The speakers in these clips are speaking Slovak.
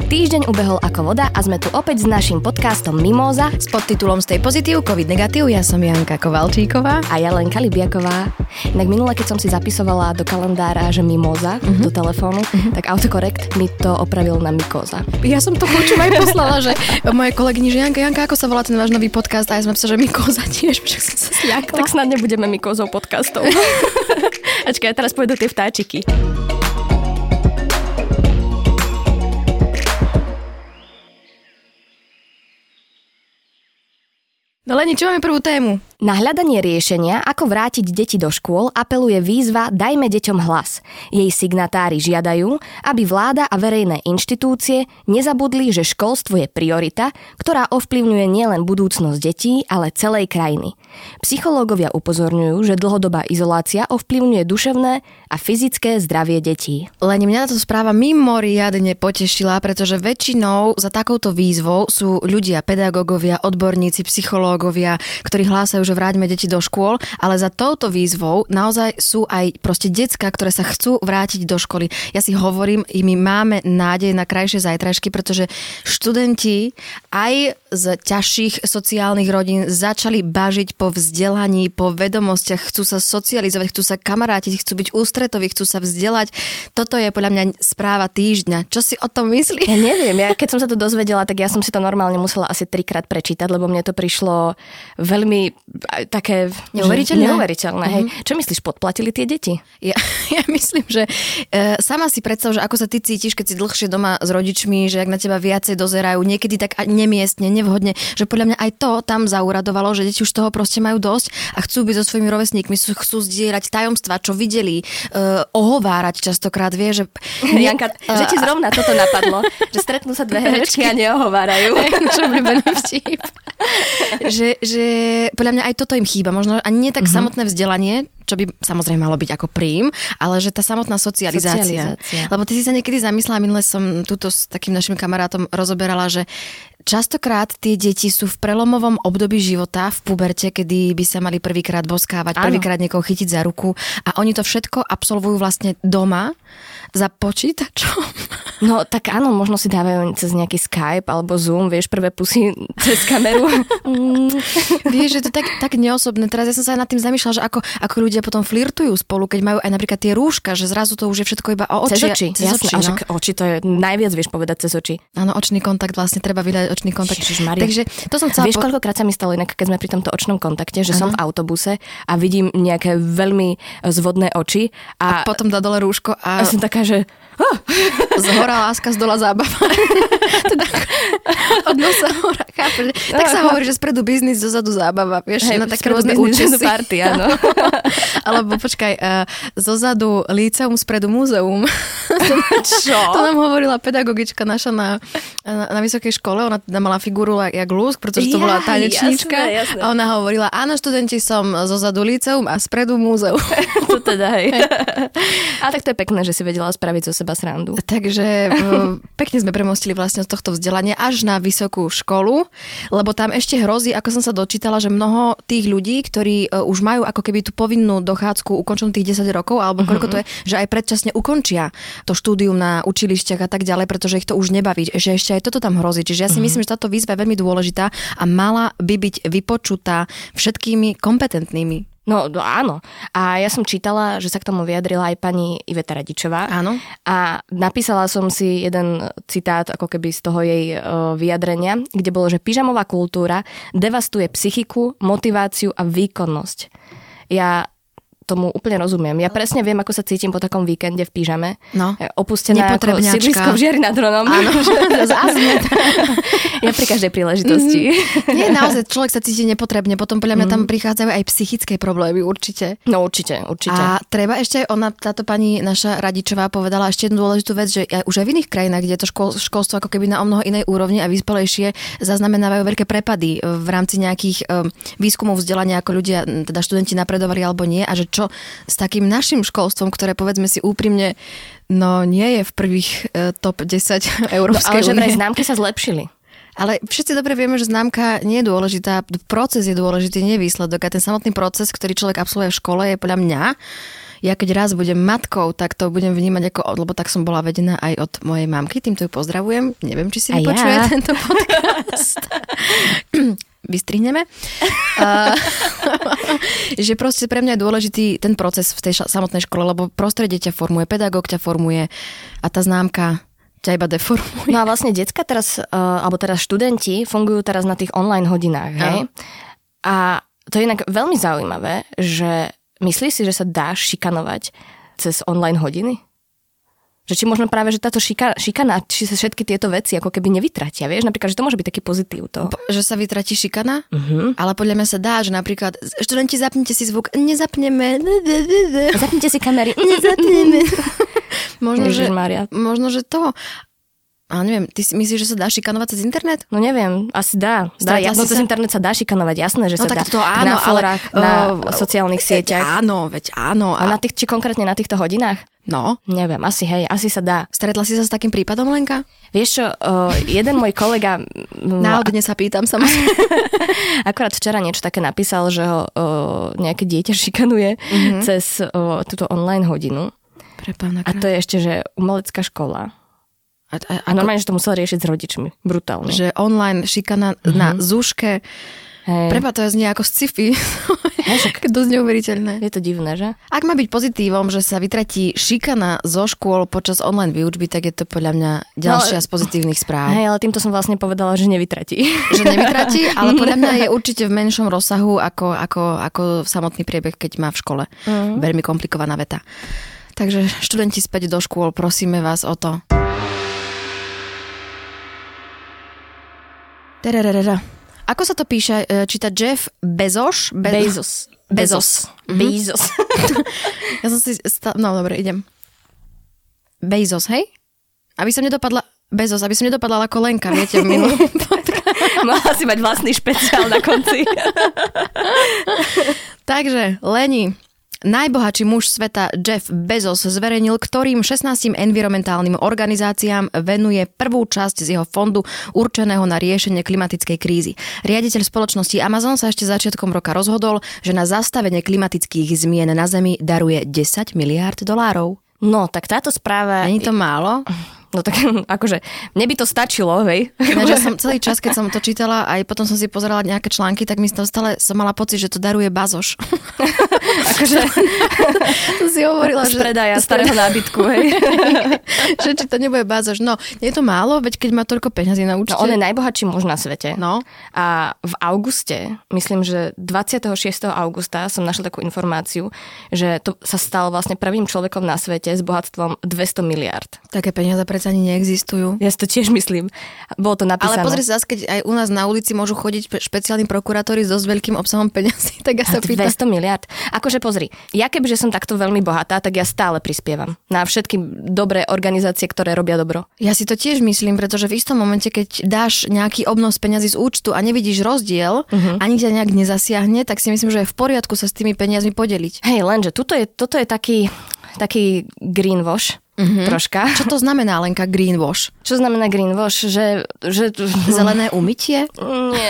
Týždeň ubehol ako voda a sme tu opäť s naším podcastom Mimóza s podtitulom Stay Pozitív, COVID negatív. Ja som Janka Kovalčíková. A ja Lenka Libiaková. Inak minule, keď som si zapisovala do kalendára, že Mimóza do telefónu, tak autokorekt mi to opravil na Mikóza. Ja som to počuť aj poslala, že moje kolegyni, že Janka, ako sa volá ten váš nový podcast? A ja som napísala, že Mikóza tiež, však som sa sľakla. Tak snad nebudeme Mikózou podcastov. Ačkaj, teraz pôjdu tie vtáčiky. No Leni, čo máme prvú tému? Na hľadanie riešenia, ako vrátiť deti do škôl, apeluje výzva Dajme deťom hlas. Jej signatári žiadajú, aby vláda a verejné inštitúcie nezabudli, že školstvo je priorita, ktorá ovplyvňuje nielen budúcnosť detí, ale celej krajiny. Psychológovia upozorňujú, že dlhodobá izolácia ovplyvňuje duševné a fyzické zdravie detí. Leni, mňa táto správa mimoriadne potešila, pretože väčšinou za takouto výzvou sú ľudia, pedagógovia, odborníci, psychológovia, ktorí hlásajú, že vráťme deti do škôl, ale za touto výzvou naozaj sú aj proste decká, ktoré sa chcú vrátiť do školy. Ja si hovorím, my máme nádej na krajšie zajtrajšky, pretože študenti aj z ťažších sociálnych rodín začali bažiť po vzdelaní, po vedomostiach, chcú sa socializovať, chcú sa kamarátiť, chcú byť ústretoví, chcú sa vzdelať. Toto je podľa mňa správa týždňa. Čo si o tom myslíš? Ja neviem, keď som sa to dozvedela, tak ja som si to normálne musela asi 3-krát prečítať, lebo mne to prišlo veľmi také neuveriteľné. Hej. Čo myslíš, podplatili tie deti? Ja myslím, že sama si predstav, že ako sa ty cítiš, keď si dlhšie doma s rodičmi, že ak na teba viacej dozerajú, niekedy tak nemiestne, nevhodne, že podľa mňa aj to tam zauradovalo, že deti už toho proste majú dosť a chcú byť so svojimi rovesníkmi, chcú zdieľať tajomstvá, čo videli, ohovárať častokrát, vie, že... Janka, že ti zrovna toto napadlo, že stretnú sa dve herečky a neohovárajú. Čo obľúbený vtip. že podľa mňa aj toto im chýba. Možno ani nie tak samotné vzdelanie, čo by samozrejme malo byť ako príjm, ale že tá samotná socializácia. Lebo ty si sa niekedy zamyslela, minule som túto s takým našim kamarátom rozoberala, že častokrát tie deti sú v prelomovom období života, v puberte, kedy by sa mali prvýkrát boskávať, prvýkrát niekoho chytiť za ruku a oni to všetko absolvujú vlastne doma za počítačom. No tak áno, možno si dávajú cez nejaký Skype alebo Zoom, vieš, prvé pusy cez kameru. Vieš, že to tak neosobné. Teraz ja som sa aj nad tým zamýšľala, že ako ľudia potom flirtujú spolu, keď majú aj napríklad tie rúška, že zrazu to už je všetko iba o oči. Cez oči, no? Oči to je najviac, vieš povedať cez oči. Áno, očný kontakt vlastne, treba vydať očný kontakt. Takže to som chcela... Vieš, koľkokrát sa mi stalo inak, keď sme pri tomto očnom kontakte, že som v autobuse a vidím nejaké veľmi zvodné oči a potom dá dole rúško a som taká, že zhora láska, z dola zábava. Teda od nosa hora, chápeš? Tak sa hovorí, že spredu biznis, dozadu zábava. Vieš, na také rôzne účesy. Party, áno. Alebo počkaj, zozadu líceum, spredu múzeum. Čo? To nám hovorila pedagogička naša na vysokej škole. Ona teda mala figúru jak lúsk, pretože to bola tanečníčka. Jasné. A ona hovorila, áno, študenti, som zozadu líceum a spredu múzeum. To teda, hej. A tak to je pekné, že si vedela spraviť zo seba srandu. Takže pekne sme premostili vlastne z tohto vzdelania až na vysokú školu, lebo tam ešte hrozí, ako som sa dočítala, že mnoho tých ľudí, ktorí už majú ako keby tú povinnú dochádzku ukončenú tých 10 rokov, alebo koľko to je, že aj predčasne ukončia to štúdium na učilišťach a tak ďalej, pretože ich to už nebaví, že ešte aj toto tam hrozí. Čiže ja si myslím, že táto výzva je veľmi dôležitá a mala by byť vypočutá všetkými kompetentnými. No áno. A ja som čítala, že sa k tomu vyjadrila aj pani Iveta Radičová. Áno. A napísala som si jeden citát ako keby z toho jej vyjadrenia, kde bolo, že pyžamová kultúra devastuje psychiku, motiváciu a výkonnosť. Ja tomu úplne rozumiem. Ja presne viem, ako sa cítim po takom víkende v pyžame. No. Opustená ako sídlisko v Žiari nad Hronom. Áno, Ja pri každej príležitosti. Nie, naozaj, človek sa cíti nepotrebne. Potom podľa mňa tam prichádzajú aj psychické problémy, určite. No určite. A treba ešte, táto pani naša Radičová povedala ešte jednu dôležitú vec, že už aj v iných krajinách, kde je to školstvo ako keby na o mnoho inej úrovni a vyspelejšie, zaznamenávajú veľké prepady v rámci nejakých výskumov vzdelania, ako ľudia, teda študenti napredovali alebo nie, a že čo s takým našim školstvom, ktoré povedzme si úprimne, no nie je v prvých top 10 Európskej únie. Ale že vraj známky sa zlepšili. Ale všetci dobre vieme, že známka nie je dôležitá, proces je dôležitý, nie výsledok. A ten samotný proces, ktorý človek absolvuje v škole, je podľa mňa, ja keď raz budem matkou, tak to budem vnímať ako, lebo tak som bola vedená aj od mojej mamky, týmto ju pozdravujem. Neviem, či si vypočuje tento podcast. Vystrihneme. Že proste pre mňa je dôležitý ten proces v tej samotnej škole, lebo prostredie ťa formuje, pedagóg ťa formuje a tá známka ťa iba deformuje. No a vlastne decka teraz, alebo teraz študenti fungujú teraz na tých online hodinách, hej? A to je inak veľmi zaujímavé, že myslíš si, že sa dáš šikanovať cez online hodiny? Že či možno práve, že táto šikana, či sa všetky tieto veci ako keby nevytratia, vieš? Napríklad, že to môže byť taký pozitív toho. Že sa vytratí šikana? Ale podľa mňa sa dá, že napríklad študenti, zapnite si zvuk, nezapneme. Zapnite si kamery. Nezapneme. možno, že to... A neviem, ty si myslíš, že sa dá šikanovať cez internet? No neviem, asi dá. Cez internet sa dá šikanovať, jasné, že sa dá. To áno, na fórach, na sociálnych sieťach. Áno. A či konkrétne na týchto hodinách? No. Neviem, asi sa dá. Stretla si sa s takým prípadom, Lenka? Vieš čo, jeden môj kolega... Náhodne sa pýtam, samozrejme. Akorát včera niečo také napísal, že ho nejaké dieťa šikanuje cez túto online hodinu. A to je ešte, že umelecká škola. A normálne, že to musel riešiť s rodičmi. Brutálne. Že online šikana na zúške. Preba, to je znie ako sci-fi. Dosť neuveriteľné. Je to divné, že? Ak má byť pozitívom, že sa vytratí šikana zo škôl počas online výučby, tak je to podľa mňa ďalšia z pozitívnych správ. Hej, ale týmto som vlastne povedala, že nevytratí. Že nevytratí, ale podľa mňa je určite v menšom rozsahu ako samotný priebeh, keď má v škole. Veľmi komplikovaná veta. Takže študenti späť do škôl, prosíme vás o to. Ako sa to píše? Číta Jeff Bezos? Bezos. Ja som si... No, dobre, idem. Bezos, hej? Aby som nedopadla ako Lenka, viete, v minulom podcaste. Mohla si mať vlastný špeciál na konci. Takže, Leni, najbohatší muž sveta Jeff Bezos zverejnil, ktorým 16 environmentálnym organizáciám venuje prvú časť z jeho fondu určeného na riešenie klimatickej krízy. Riaditeľ spoločnosti Amazon sa ešte začiatkom roka rozhodol, že na zastavenie klimatických zmien na Zemi daruje $10 miliárd. No, tak táto správa... Není to málo? No tak akože, mne by to stačilo, hej. Ja, som celý čas, keď som to čítala, aj potom som si pozerala nejaké články, tak mi stále som mala pocit, že to daruje Bazoš. Akože som si hovorila, z predaja starého nábytku, hej. Že či to nebude Bazoš. No, nie je to málo, veď keď má toľko peňazí na účte. No, on je najbohatší muž na svete. No. A v auguste, myslím, že 26. augusta som našla takú informáciu, že to sa stal vlastne prvým človekom na svete s bohatstvom 200 miliárd. Také peniaze predsa ani neexistujú. Ja si to tiež myslím. Bolo to napísané. Ale pozri sa, keď aj u nás na ulici môžu chodiť špeciálni prokurátori s dosť veľkým obsahom peňazí, tak ja sa pýtam. 200 miliárd. Akože pozri, ja kebyže som takto veľmi bohatá, tak ja stále prispievam na všetky dobré organizácie, ktoré robia dobro. Ja si to tiež myslím, pretože v istom momente, keď dáš nejaký obnos peňazí z účtu a nevidíš rozdiel, ani ťa nejak nezasiahne, tak si myslím, že je v poriadku sa s tými peniazmi podeliť. Hej, lenže toto je taký greenwash. Troška. Čo to znamená, Lenka, greenwash? Čo znamená greenwash? Že... Zelené umytie? Nie.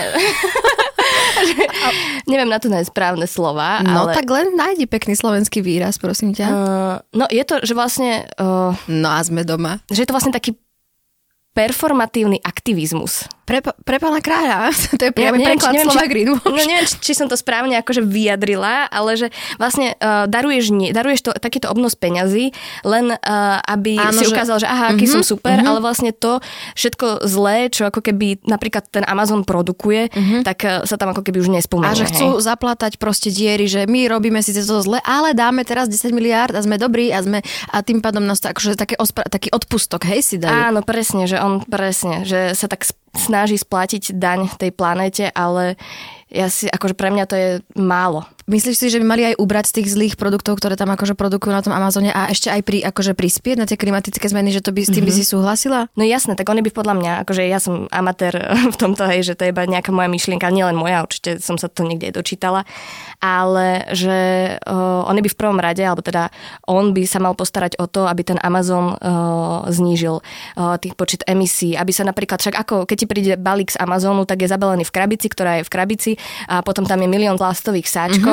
Neviem na to nájsť správne slova, no, ale... tak len nájdi pekný slovenský výraz, prosím ťa. No je to, že vlastne... No a sme doma. Že je to vlastne taký performatívny aktivizmus. Pre pána kráľa. To je priamy preklad slova greenwash. No neviem, či som to správne akože vyjadrila, ale že vlastne daruješ to, takýto obnos peňazí, len aby si ukázal, že aha, aký som super, ale vlastne to všetko zlé, čo ako keby napríklad ten Amazon produkuje, tak sa tam ako keby už nespomenie. A že chcú zaplatať proste diery, že my robíme síce to zle, ale dáme teraz 10 miliárd a sme dobrí a tým pádom nás to akože taký odpustok, hej, si dajú. Áno, presne, že sa tak snaží splatiť daň tej planéte, ale akože pre mňa to je málo. Myslíš si, že by mali aj ubrať z tých zlých produktov, ktoré tam akože produkujú na tom Amazone a ešte aj prispieť na tie klimatické zmeny, že to by s tým by si súhlasila? No jasné, tak oni by podľa mňa, akože ja som amatér v tomto, hej, že to je iba nejaká moja myšlienka, nielen moja, určite som sa to niekde dočítala, ale že oni by v prvom rade, alebo teda on by sa mal postarať o to, aby ten Amazon znížil tých počet emisí, aby sa napríklad, však ako keď ti príde balík z Amazonu, tak je zabalený v krabici, ktorá je v krabici a potom tam je milión plastových sáčkov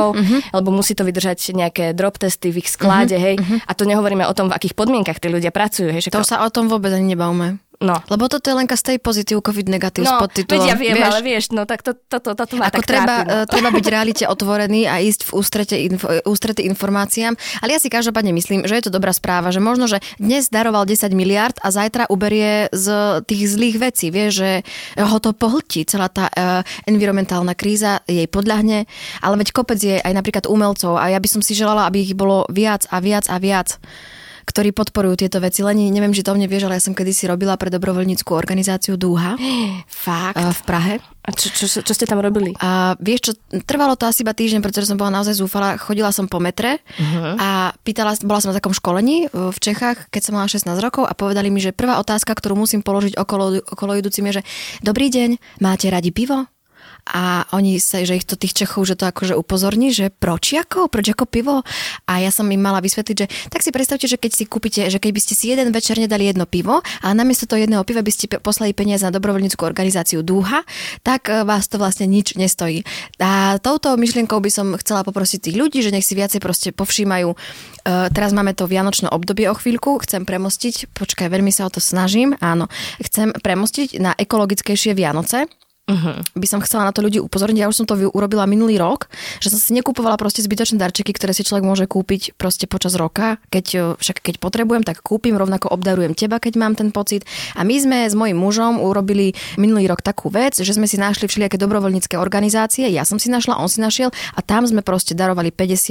rokov, lebo musí to vydržať nejaké drop testy v ich sklade, hej. A to nehovoríme o tom, v akých podmienkach tí ľudia pracujú, hej. To sa o tom vôbec ani nebavme. No. Lebo toto je Lenka stay pozitív, COVID negatív s podtitulom. No, ja viem, ale vieš, no tak toto ma ako tak trápi. Treba byť realite otvorený a ísť v ústrety informáciám. Ale ja si každopádne myslím, že je to dobrá správa, že možno, že dnes daroval 10 miliard a zajtra uberie z tých zlých vecí. Vieš, že ho to pohltí, celá tá environmentálna kríza jej podľahne, ale veď kopec je aj napríklad umelcov a ja by som si želala, aby ich bolo viac a viac a viac, ktorí podporujú tieto veci. Leni, neviem, či to mne vieš, ale ja som kedysi robila pre dobrovoľníckú organizáciu Dúha. Fakt? V Prahe. A čo ste tam robili? A vieš čo, trvalo to asi iba týždeň, pretože som bola naozaj zúfala. Chodila som po metre a bola som na takom školení v Čechách, keď som mala 16 rokov a povedali mi, že prvá otázka, ktorú musím položiť okolo idúcim je, že dobrý deň, máte radi pivo? A oni sa, že ich to tých Čechov, že to akože upozorní, že proč ako pivo? A ja som im mala vysvetliť, že tak si predstavte, že keď si kúpite, že keď by ste si jeden večer nedali jedno pivo a namiesto toho jedného piva by ste poslali peniaze na dobrovoľníckú organizáciu Dúha, tak vás to vlastne nič nestojí. A touto myšlienkou by som chcela poprosiť tých ľudí, že nech si viacej proste povšímajú. Teraz máme to vianočné obdobie o chvíľku, chcem premostiť, počkaj, veľmi sa o to snažím, áno, chcem premostiť na ekologickejšie Vianoce. By som chcela na to ľudí upozorniť. Ja už som to urobila minulý rok, že som si nekupovala proste zbytočné darčeky, ktoré si človek môže kúpiť proste počas roka. Keď potrebujem, tak kúpim, rovnako obdarujem teba, keď mám ten pocit. A my sme s mojím mužom urobili minulý rok takú vec, že sme si našli všelijaké dobrovoľnícke organizácie. Ja som si našla, on si našiel a tam sme proste darovali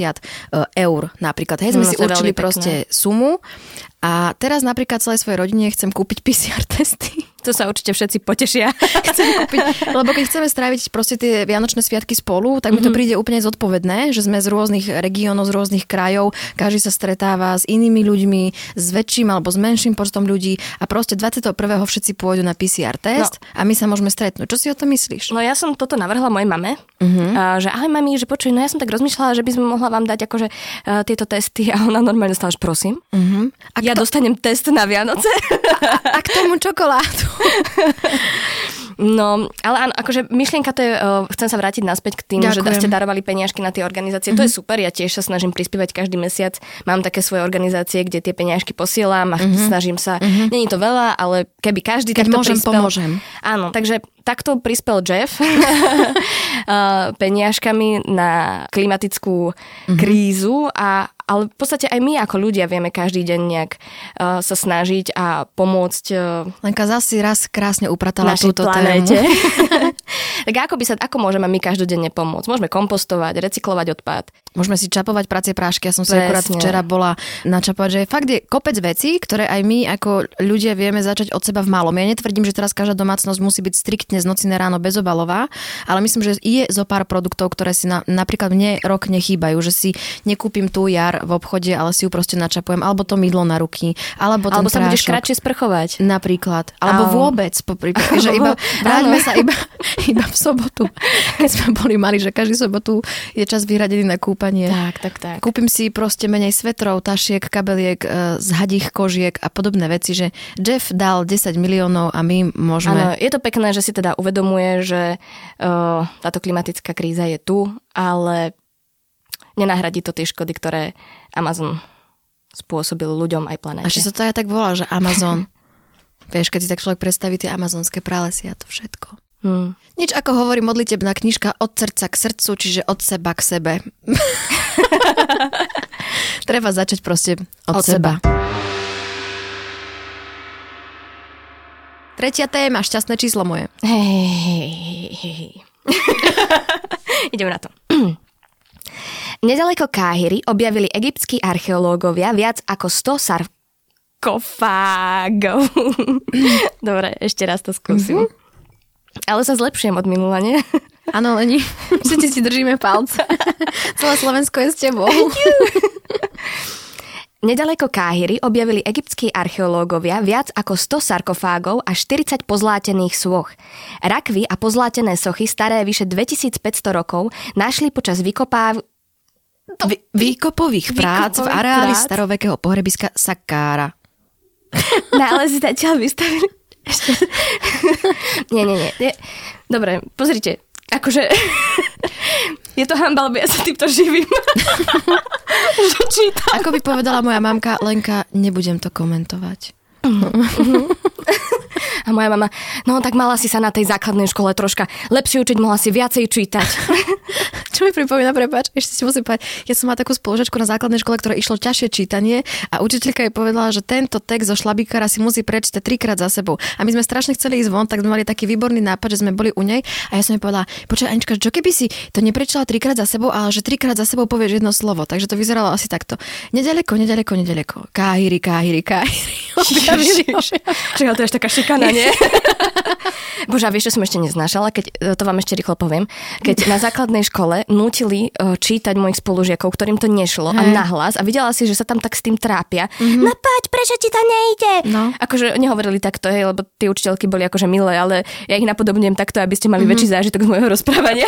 50 eur napríklad. Hej, sme si určili proste sumu. A teraz napríklad celej svojej rodine chcem kúpiť PCR testy. To sa určite všetci potešia. Chcem kúpiť, lebo keď chceme stráviť proste tie vianočné sviatky spolu, tak mi to príde úplne zodpovedné, že sme z rôznych regiónov, z rôznych krajov, každý sa stretáva s inými ľuďmi, s väčším alebo s menším počtom ľudí a proste 21. všetci pôjdu na PCR test a my sa môžeme stretnúť. Čo si o to myslíš? No ja som toto navrhla mojej mame, že ahoj mami, že počuj, no ja som tak rozmýšľala, že by sme mohla vám dať akože tieto testy a ona normálne dostala, že prosím. Ja dostanem test na Vianoce. A k tomu čokoládu. No, ale áno, akože myšlienka to je, chcem sa vrátiť naspäť k tým, že ste darovali peniažky na tie organizácie. To je super, ja tiež sa snažím prispievať každý mesiac. Mám také svoje organizácie, kde tie peniažky posielam a snažím sa. Není to veľa, ale keby každý takto prispel. Pomôžem. Áno, takže takto prispel Jeff peniažkami na klimatickú krízu ale v podstate aj my ako ľudia vieme každý deň nejak sa snažiť a pomôcť Lenka zasi raz krásne upratala túto planéte. Tak ako môžeme my každodenne pomôcť? Môžeme kompostovať, recyklovať odpad. Môžeme si čapovať pracie prášky. Ja som si akurát včera bola načapovať, že fakt je kopec vecí, ktoré aj my ako ľudia vieme začať od seba v malom. Ja netvrdím, že teraz každá domácnosť musí byť striktne z noci na ráno bezobalová, ale myslím, že je zo pár produktov, ktoré si napríklad mne rok nechýbajú, že si nekúpim tú jar v obchode, ale si ju proste načapujem, alebo to mydlo na ruky, alebo ten prášok. Alebo sa budeš kratšie sprchovať. Napríklad. Alebo vôbec, že vráťme sa iba v sobotu. Keď sme boli mali, že každú sobotu je čas vyhradený na kúpanie. Tak. Kúpim si proste menej svetrov, tašiek, kabeliek, z hadích kožiek a podobné veci, že Jeff dal 10 miliónov a my môžeme... Áno, je to pekné, že si teda uvedomuje, že táto klimatická kríza je tu, ale nenahradí to tie škody, ktoré Amazon spôsobil ľuďom aj planéte. A že sa to aj tak volá, že Amazon. Vieš, keď si tak človek predstaví tie amazonské pralesia a to všetko. Nič ako hovorí modlitebná knižka od srdca k srdcu, čiže od seba k sebe. Treba začať proste od seba. Tretia téma, šťastné číslo moje. Hej. Idem na to. Nedaleko Káhiry objavili egyptskí archeológovia viac ako 100 sarkofágov. Dobre, ešte raz to skúsim. Ale sa zlepšujem od minula, nie? Áno, Leni, všetci si držíme palce. Celé Slovensko je s tebou. Nedaleko Káhiry objavili egyptskí archeológovia viac ako 100 sarkofágov a 40 pozlátených sôch. Rakvy a pozlátené sochy staré vyše 2500 rokov našli počas výkopových prác v areáli starovekého pohrebiska Sakkára. Nálezy zatiaľ vystavili. Nie. Dobre, pozrite. Akože Je to hanba, lebo ja sa týmto živím. Že čítam. Ako by povedala moja mamka, Lenka, nebudem to komentovať. A moja mama, no tak mala si sa na tej základnej škole troška lepšie učiť, mohla si viacej čítať. Čo mi pripomína, prepáč, ešte si musím povedať, ja som mala takú spolužiačku na základnej škole, ktoré išlo ťažšie čítanie a učiteľka jej povedala, že tento text zo šlabíkara si musí prečítať 3-krát za sebou. A my sme strašne chceli ísť von, tak sme mali taký výborný nápad, že sme boli u nej a ja som jej povedala, počkaj Anička, čo keby si to neprečítala 3-krát za sebou, ale že 3-krát za sebou povieš jedno slovo. Takže to vyzeralo asi takto. Nedaleko. Káhiri. Čiže to je taká šikana, nie? Bože, a vieš, čo som ešte neznášala, keď to vám ešte rýchlo poviem, keď na základnej škole nútili čítať mojich spolužiakov, ktorým to nešlo a nahlas a videla si, že sa tam tak s tým trápia. No poď, prečo ti to nejde? No. Akože nehovorili takto, hej, lebo tie učiteľky boli akože milé, ale ja ich napodobňujem takto, aby ste mali väčší zážitok z môjho rozprávania.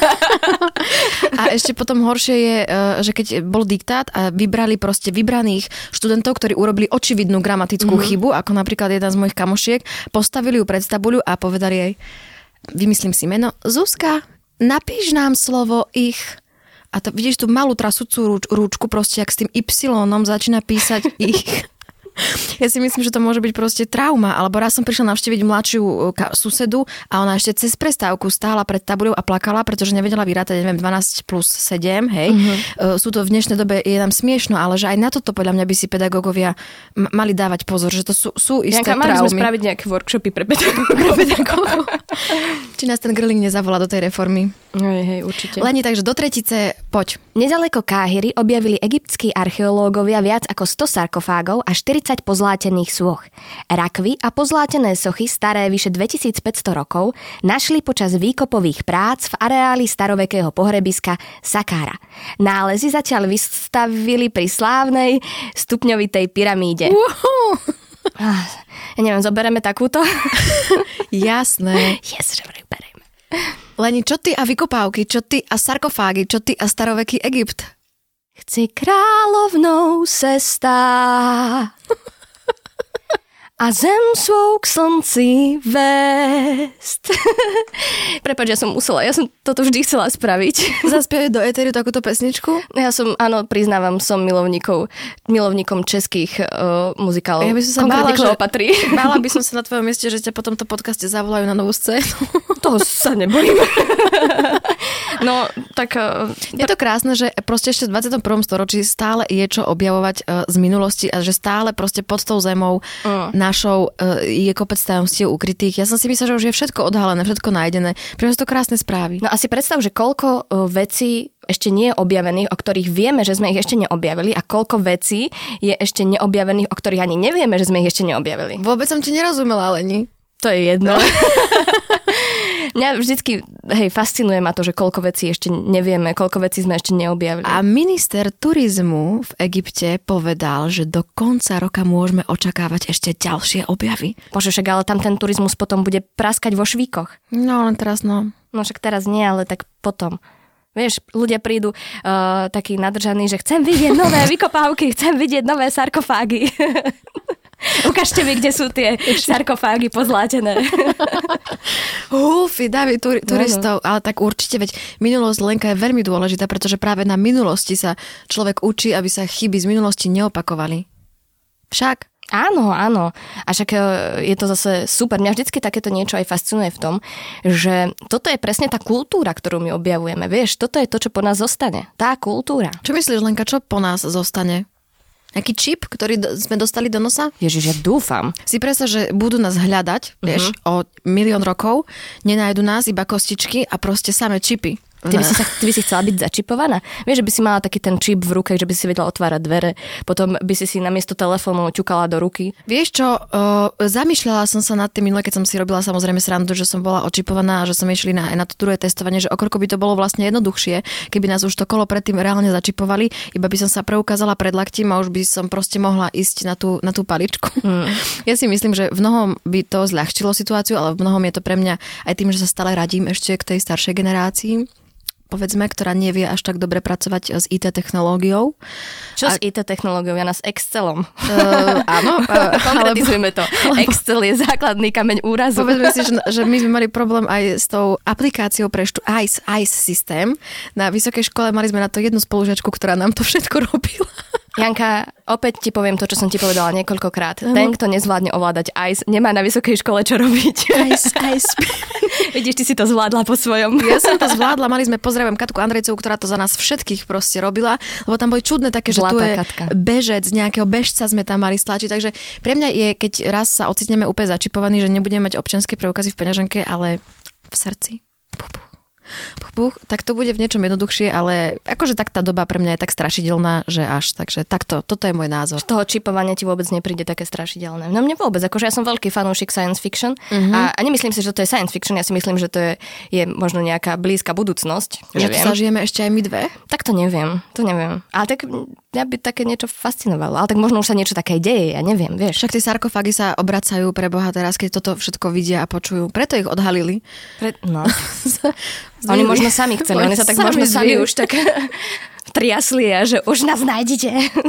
A ešte potom horšie je, že keď bol diktát a vybrali proste vybraných študentov, ktorí urobili očividnú gramatickú chybu, ako napríklad jedna z mojich kamošiek, postavili ju pred tabuľu a povedali jej, vymyslím si meno, Zuzka, napíš nám slovo ich. A to vidíš tú malú trasúcu rúčku, proste jak s tým Y-om začína písať ich. Ja si myslím, že to môže byť proste trauma. Alebo raz som prišla navštíviť mladšiu susedu a ona ešte cez prestávku stála pred tabuľou a plakala, pretože nevedela vyrátať, neviem, 12 plus 7, hej. Sú to v dnešnej dobe, je nám smiešno, ale že aj na toto podľa mňa by si pedagógovia mali dávať pozor, že to sú isté traumy. Mali sme spraviť nejaké workshopy pre pedagógov. Či nás ten grling nezavolá do tej reformy. Hej, určite. Leni, takže do tretice, poď. Nedaleko Káhiry objavili egyptskí archeológovia viac ako 100 sarkofágov a 40 pozlátených sôch. Rakvy a pozlátené sochy staré vyše 2500 rokov našli počas výkopových prác v areáli starovekého pohrebiska Sakára. Nálezy zatiaľ vystavili pri slávnej stupňovitej pyramíde. Ja neviem, zoberieme takúto? Jasné. Yes, že bereme. Leni, čo ty a vykopávky, čo ty a sarkofágy, čo ty a staroveký Egypt? Chci královnou se stát a zem svou k slnci vést. Prepáč, ja som toto vždy chcela spraviť. Zaspieť do éteru takúto pesničku? Ja som, áno, priznávam, som milovníkom českých muzikálov. Ja by som sa bála, by som sa na tvojom mieste, že ťa po tomto podcaste zavolajú na novú scénu. Toho sa nebojím. No, tak... Je to krásne, že proste ešte v 21. storočí stále je čo objavovať z minulosti a že stále proste pod tou zemou našou je kopec tajomstiev ukrytých. Ja som si myslela, že už je všetko odhalené, všetko nájdené. Pretože to krásne správy. No a si predstav, že koľko vecí ešte nie je objavených, o ktorých vieme, že sme ich ešte neobjavili a koľko vecí je ešte neobjavených, o ktorých ani nevieme, že sme ich ešte neobjavili. Vôbec som ti nerozumela, Leni. To je jedno. Mňa vždycky, fascinuje ma to, že koľko vecí ešte nevieme, koľko vecí sme ešte neobjavili. A minister turizmu v Egypte povedal, že do konca roka môžeme očakávať ešte ďalšie objavy. Bože, však ale tam ten turizmus potom bude praskať vo švíkoch. No, len teraz No však teraz nie, ale tak potom. Vieš, ľudia prídu takí nadržaní, že chcem vidieť nové vykopávky, chcem vidieť nové sarkofágy. Ukážte mi, kde sú tie sarkofágy pozlátené. Húfy, dávaj turistov, ale tak určite, veď minulosť, Lenka, je veľmi dôležitá, pretože práve na minulosti sa človek učí, aby sa chyby z minulosti neopakovali. Však? Áno. A však je to zase super. Mňa vždycky takéto niečo aj fascinuje v tom, že toto je presne tá kultúra, ktorú my objavujeme. Vieš, toto je to, čo po nás zostane. Tá kultúra. Čo myslíš, Lenka, čo po nás zostane? Aký čip, ktorý sme dostali do nosa? Ježiš, ja dúfam. Si predstav, že budú nás hľadať, vieš, o 1 000 000 rokov, nenájdu nás iba kostičky a proste samé čipy. Ty by si chcela byť začipovaná? Vieš, že by si mala taký ten čip v ruke, že by si vedela otvárať dvere, potom by si namiesto telefónu ťukala do ruky. Vieš čo, zamýšľala som sa nad tým minule, keď som si robila samozrejme srandu, že som bola očipovaná a že som išli na to druhé testovanie, že okroko by to bolo vlastne jednoduchšie, keby nás už to kolo predtým reálne začipovali, iba by som sa preukázala pred laktím a už by som proste mohla ísť na tú paličku. Ja si myslím, že v mnohom by to zľahčilo situáciu, ale v mnohom je to pre mňa aj tým, že sa stále radím ešte k tej staršej generácii. povedzme, ktorá nevie až tak dobre pracovať s IT technológiou. Čo s IT technológiou? Ja nás Excelom. Áno. Konkretizujeme to. Excel je základný kameň úrazu. Povedzme si, že my sme mali problém aj s tou aplikáciou pre ICE systém. Na vysokej škole mali sme na to jednu spolužiačku, ktorá nám to všetko robila. Janka, opäť ti poviem to, čo som ti povedala niekoľkokrát. Ten, kto nezvládne ovládať ICE, nemá na vysokej škole čo robiť. ICE. Vidíš, ty si to zvládla po svojom. Ja som to zvládla, mali sme, pozdravujem Katku Andrejcovú, ktorá to za nás všetkých proste robila, lebo tam boli čudné také, že tu je Katka. Bežec, nejakého bežca sme tam mali stlačiť, takže pre mňa je, keď raz sa ocitneme úplne začipovaní, že nebudeme mať občianske preukazy v peňaženke, ale v srdci. Tak to bude v niečom jednoduchšie, ale akože tak tá doba pre mňa je tak strašidelná, že až, takže takto, toto je môj názor. Z toho čipovania ti vôbec nepríde také strašidelné. No mne vôbec, akože ja som veľký fanúšik science fiction a nemyslím si, že to je science fiction, ja si myslím, že to je možno nejaká blízka budúcnosť. Že tu zažijeme ešte aj my dve? Tak to neviem. Ale tak mňa by také niečo fascinovalo, ale tak možno už sa niečo také deje, ja neviem, vieš. Však tie sarkofágy sa obracajú pre Boha teraz, keď toto všetko vidia a počujú. Preto ich odhalili. No. Oni možno sami chceli, oni sa tak možno sami už tak triasli a že už nás nájdete.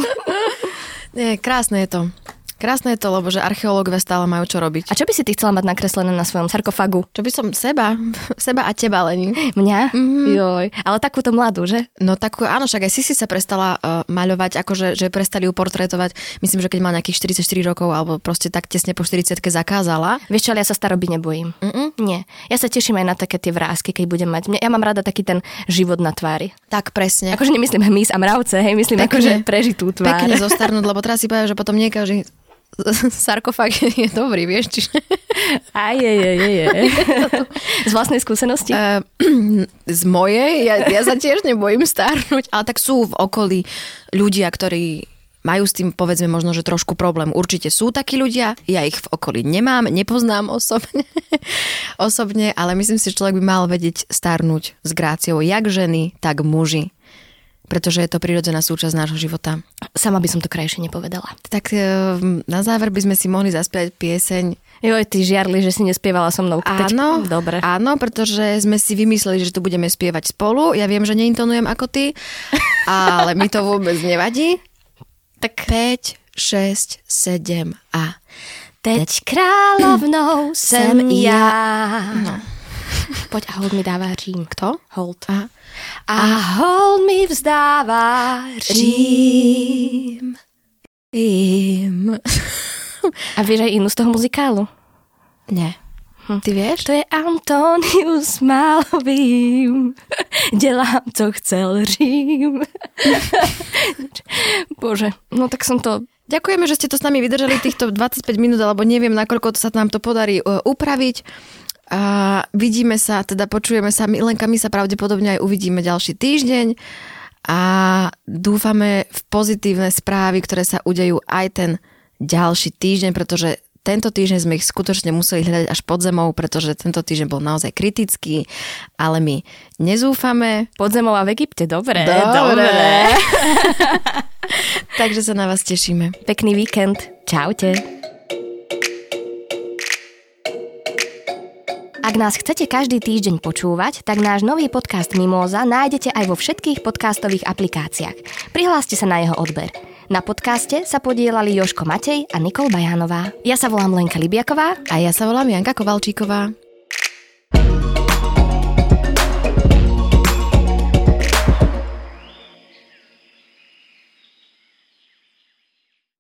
Nie, krásne je to. Krásne je to, lebo že archeológovia stále majú čo robiť. A čo by si ty chcela mať nakreslené na svojom sarkofagu? Čo by som seba a teba, Leni. Mňa? Joj. Ale takúto mladú, že? No takú, áno, však aj Sisi sa prestala maľovať, akože že prestali ju portrétovať. Myslím, že keď má nejakých 44 rokov, alebo proste tak tesne po 40-ke zakázala. Vieš čo, ale ja sa staroby nebojím. Nie. Ja sa teším aj na také tie vrásky, keď budem mať. Ja mám rada taký ten život na tvári. Tak presne. Akože nemyslím hmyz a mravce, hej, myslím pekne, akože prežitú tvár. Pekne zostarnúť, lebo teraz si povedal, že potom nie každý sarkofág je dobrý, vieš, čiže... Je. Z vlastnej skúsenosti? Z mojej? Ja sa tiež nebojím starnúť, ale tak sú v okolí ľudia, ktorí majú s tým, povedzme, možno, že trošku problém. Určite sú takí ľudia, ja ich v okolí nemám, nepoznám osobne, ale myslím si, že človek by mal vedieť starnúť s gráciou, jak ženy, tak muži. Pretože je to prirodzená súčasť nášho života. Sama by som to krajšie nepovedala. Tak na záver by sme si mohli zaspievať pieseň. Joj, ty žiarli, že si nespievala so mnou. Áno, dobre. Áno, pretože sme si vymysleli, že tu budeme spievať spolu. Ja viem, že neintonujem ako ty, ale mi to vôbec nevadí. Tak 5, 6, 7 a... Teď královnou jsem já. No. Poď, a hold mi dává Řím. Kto? Hold. Aha. A hold mi vzdává Řím. A vieš aj inú z toho muzikálu? Nie. Ty vieš? To je Antonius Málovým. Dělám, co chcel Řím. Bože, no tak som to... Ďakujeme, že ste to s nami vydržali týchto 25 minút, alebo neviem, nakoľko sa nám to podarí upraviť. A vidíme sa, teda počujeme sa, Lenka, my sa pravdepodobne aj uvidíme ďalší týždeň a dúfame v pozitívne správy, ktoré sa udejú aj ten ďalší týždeň, pretože tento týždeň sme ich skutočne museli hľadať až pod zemou, pretože tento týždeň bol naozaj kritický, ale my nezúfame. Pod zemou a v Egypte, dobre. Takže sa na vás tešíme. Pekný víkend. Čaute. Ak nás chcete každý týždeň počúvať, tak náš nový podcast Mimóza nájdete aj vo všetkých podcastových aplikáciách. Prihláste sa na jeho odber. Na podcaste sa podielali Jožko Matej a Nikol Bajánová. Ja sa volám Lenka Libiaková a ja sa volám Janka Kovalčíková.